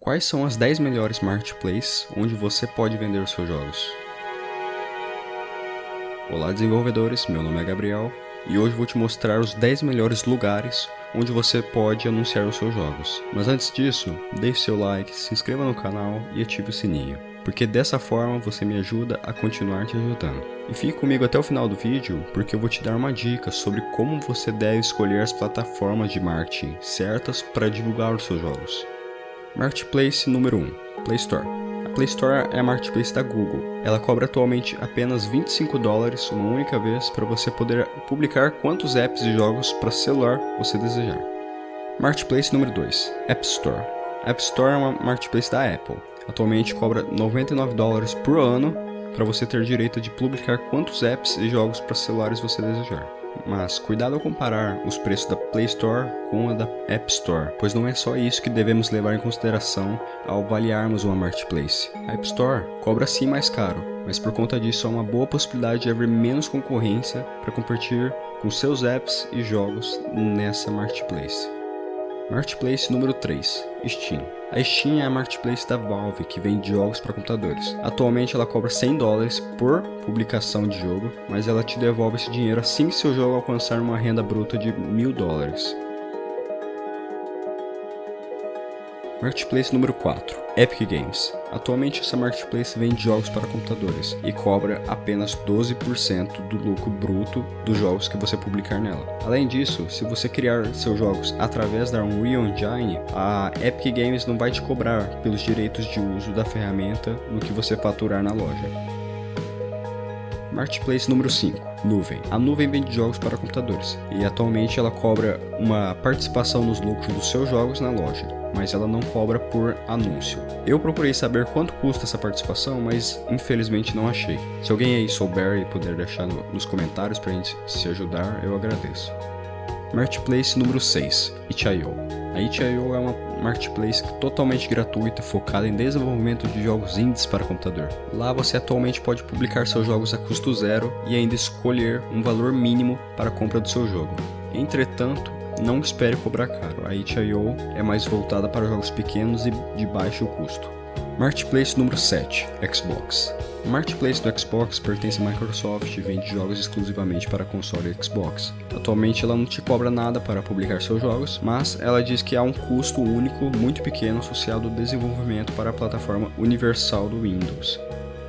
Quais são as 10 melhores marketplaces onde você pode vender os seus jogos? Olá desenvolvedores, meu nome é Gabriel e hoje vou te mostrar os 10 melhores lugares onde você pode anunciar os seus jogos. Mas antes disso, deixe seu like, se inscreva no canal e ative o sininho, porque dessa forma você me ajuda a continuar te ajudando. E fique comigo até o final do vídeo, porque eu vou te dar uma dica sobre como você deve escolher as plataformas de marketing certas para divulgar os seus jogos. Marketplace número 1, Play Store. A Play Store é a marketplace da Google. Ela cobra atualmente apenas $25 uma única vez para você poder publicar quantos apps e jogos para celular você desejar. Marketplace número 2, App Store. A App Store é uma marketplace da Apple. Atualmente cobra $99 por ano para você ter direito de publicar quantos apps e jogos para celulares você desejar. Mas cuidado ao comparar os preços da Play Store com a da App Store, pois não é só isso que devemos levar em consideração ao avaliarmos uma marketplace. A App Store cobra sim mais caro, mas por conta disso há uma boa possibilidade de haver menos concorrência para competir com seus apps e jogos nessa marketplace. Marketplace número 3, Steam. A Steam é a marketplace da Valve que vende jogos para computadores. Atualmente ela cobra $100 por publicação de jogo, mas ela te devolve esse dinheiro assim que seu jogo alcançar uma renda bruta de $1.000. Marketplace número 4, Epic Games. Atualmente essa marketplace vende jogos para computadores e cobra apenas 12% do lucro bruto dos jogos que você publicar nela. Além disso, se você criar seus jogos através da Unreal Engine, a Epic Games não vai te cobrar pelos direitos de uso da ferramenta no que você faturar na loja. Marketplace número 5, Nuvem. A Nuvem vende jogos para computadores e atualmente ela cobra uma participação nos lucros dos seus jogos na loja, mas ela não cobra por anúncio. Eu procurei saber quanto custa essa participação, mas infelizmente não achei. Se alguém aí souber e puder deixar nos comentários pra gente se ajudar, eu agradeço. Marketplace número 6, itch.io. A itch.io é uma marketplace totalmente gratuita focada em desenvolvimento de jogos indies para computador. Lá você atualmente pode publicar seus jogos a custo zero e ainda escolher um valor mínimo para a compra do seu jogo. Entretanto, não espere cobrar caro, a itch.io é mais voltada para jogos pequenos e de baixo custo. Marketplace número 7, Xbox. A marketplace do Xbox pertence à Microsoft e vende jogos exclusivamente para console Xbox. Atualmente ela não te cobra nada para publicar seus jogos, mas ela diz que há um custo único muito pequeno associado ao desenvolvimento para a plataforma universal do Windows.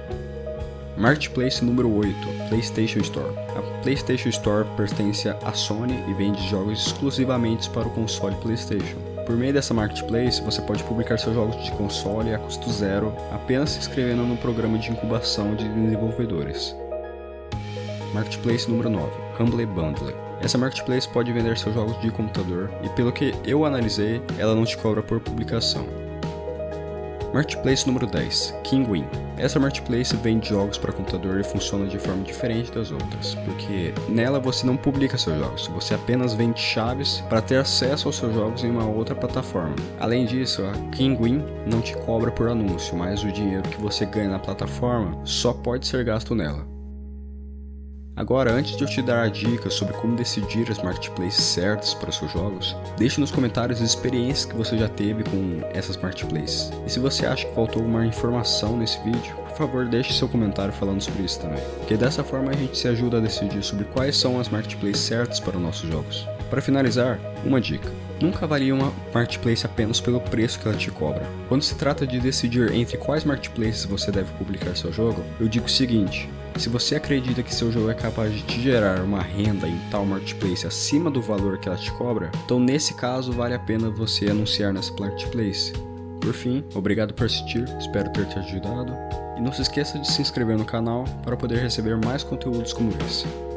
Marketplace número 8, PlayStation Store. A PlayStation Store pertence à Sony e vende jogos exclusivamente para o console PlayStation. Por meio dessa marketplace, você pode publicar seus jogos de console a custo zero, apenas se inscrevendo no programa de incubação de desenvolvedores. Marketplace número 9, Humble Bundle. Essa marketplace pode vender seus jogos de computador e, pelo que eu analisei, ela não te cobra por publicação. Marketplace número 10, Kinguin. Essa marketplace vende jogos para computador e funciona de forma diferente das outras, porque nela você não publica seus jogos, você apenas vende chaves para ter acesso aos seus jogos em uma outra plataforma. Além disso, a Kinguin não te cobra por anúncio, mas o dinheiro que você ganha na plataforma só pode ser gasto nela. Agora, antes de eu te dar a dica sobre como decidir as marketplaces certas para os seus jogos, deixe nos comentários as experiências que você já teve com essas marketplaces. E se você acha que faltou uma informação nesse vídeo, por favor deixe seu comentário falando sobre isso também, porque dessa forma a gente se ajuda a decidir sobre quais são as marketplaces certas para os nossos jogos. Para finalizar, uma dica. Nunca avalie uma marketplace apenas pelo preço que ela te cobra. Quando se trata de decidir entre quais marketplaces você deve publicar seu jogo, eu digo o seguinte: se você acredita que seu jogo é capaz de te gerar uma renda em tal marketplace acima do valor que ela te cobra, então nesse caso vale a pena você anunciar nessa marketplace. Por fim, obrigado por assistir, espero ter te ajudado, e não se esqueça de se inscrever no canal para poder receber mais conteúdos como esse.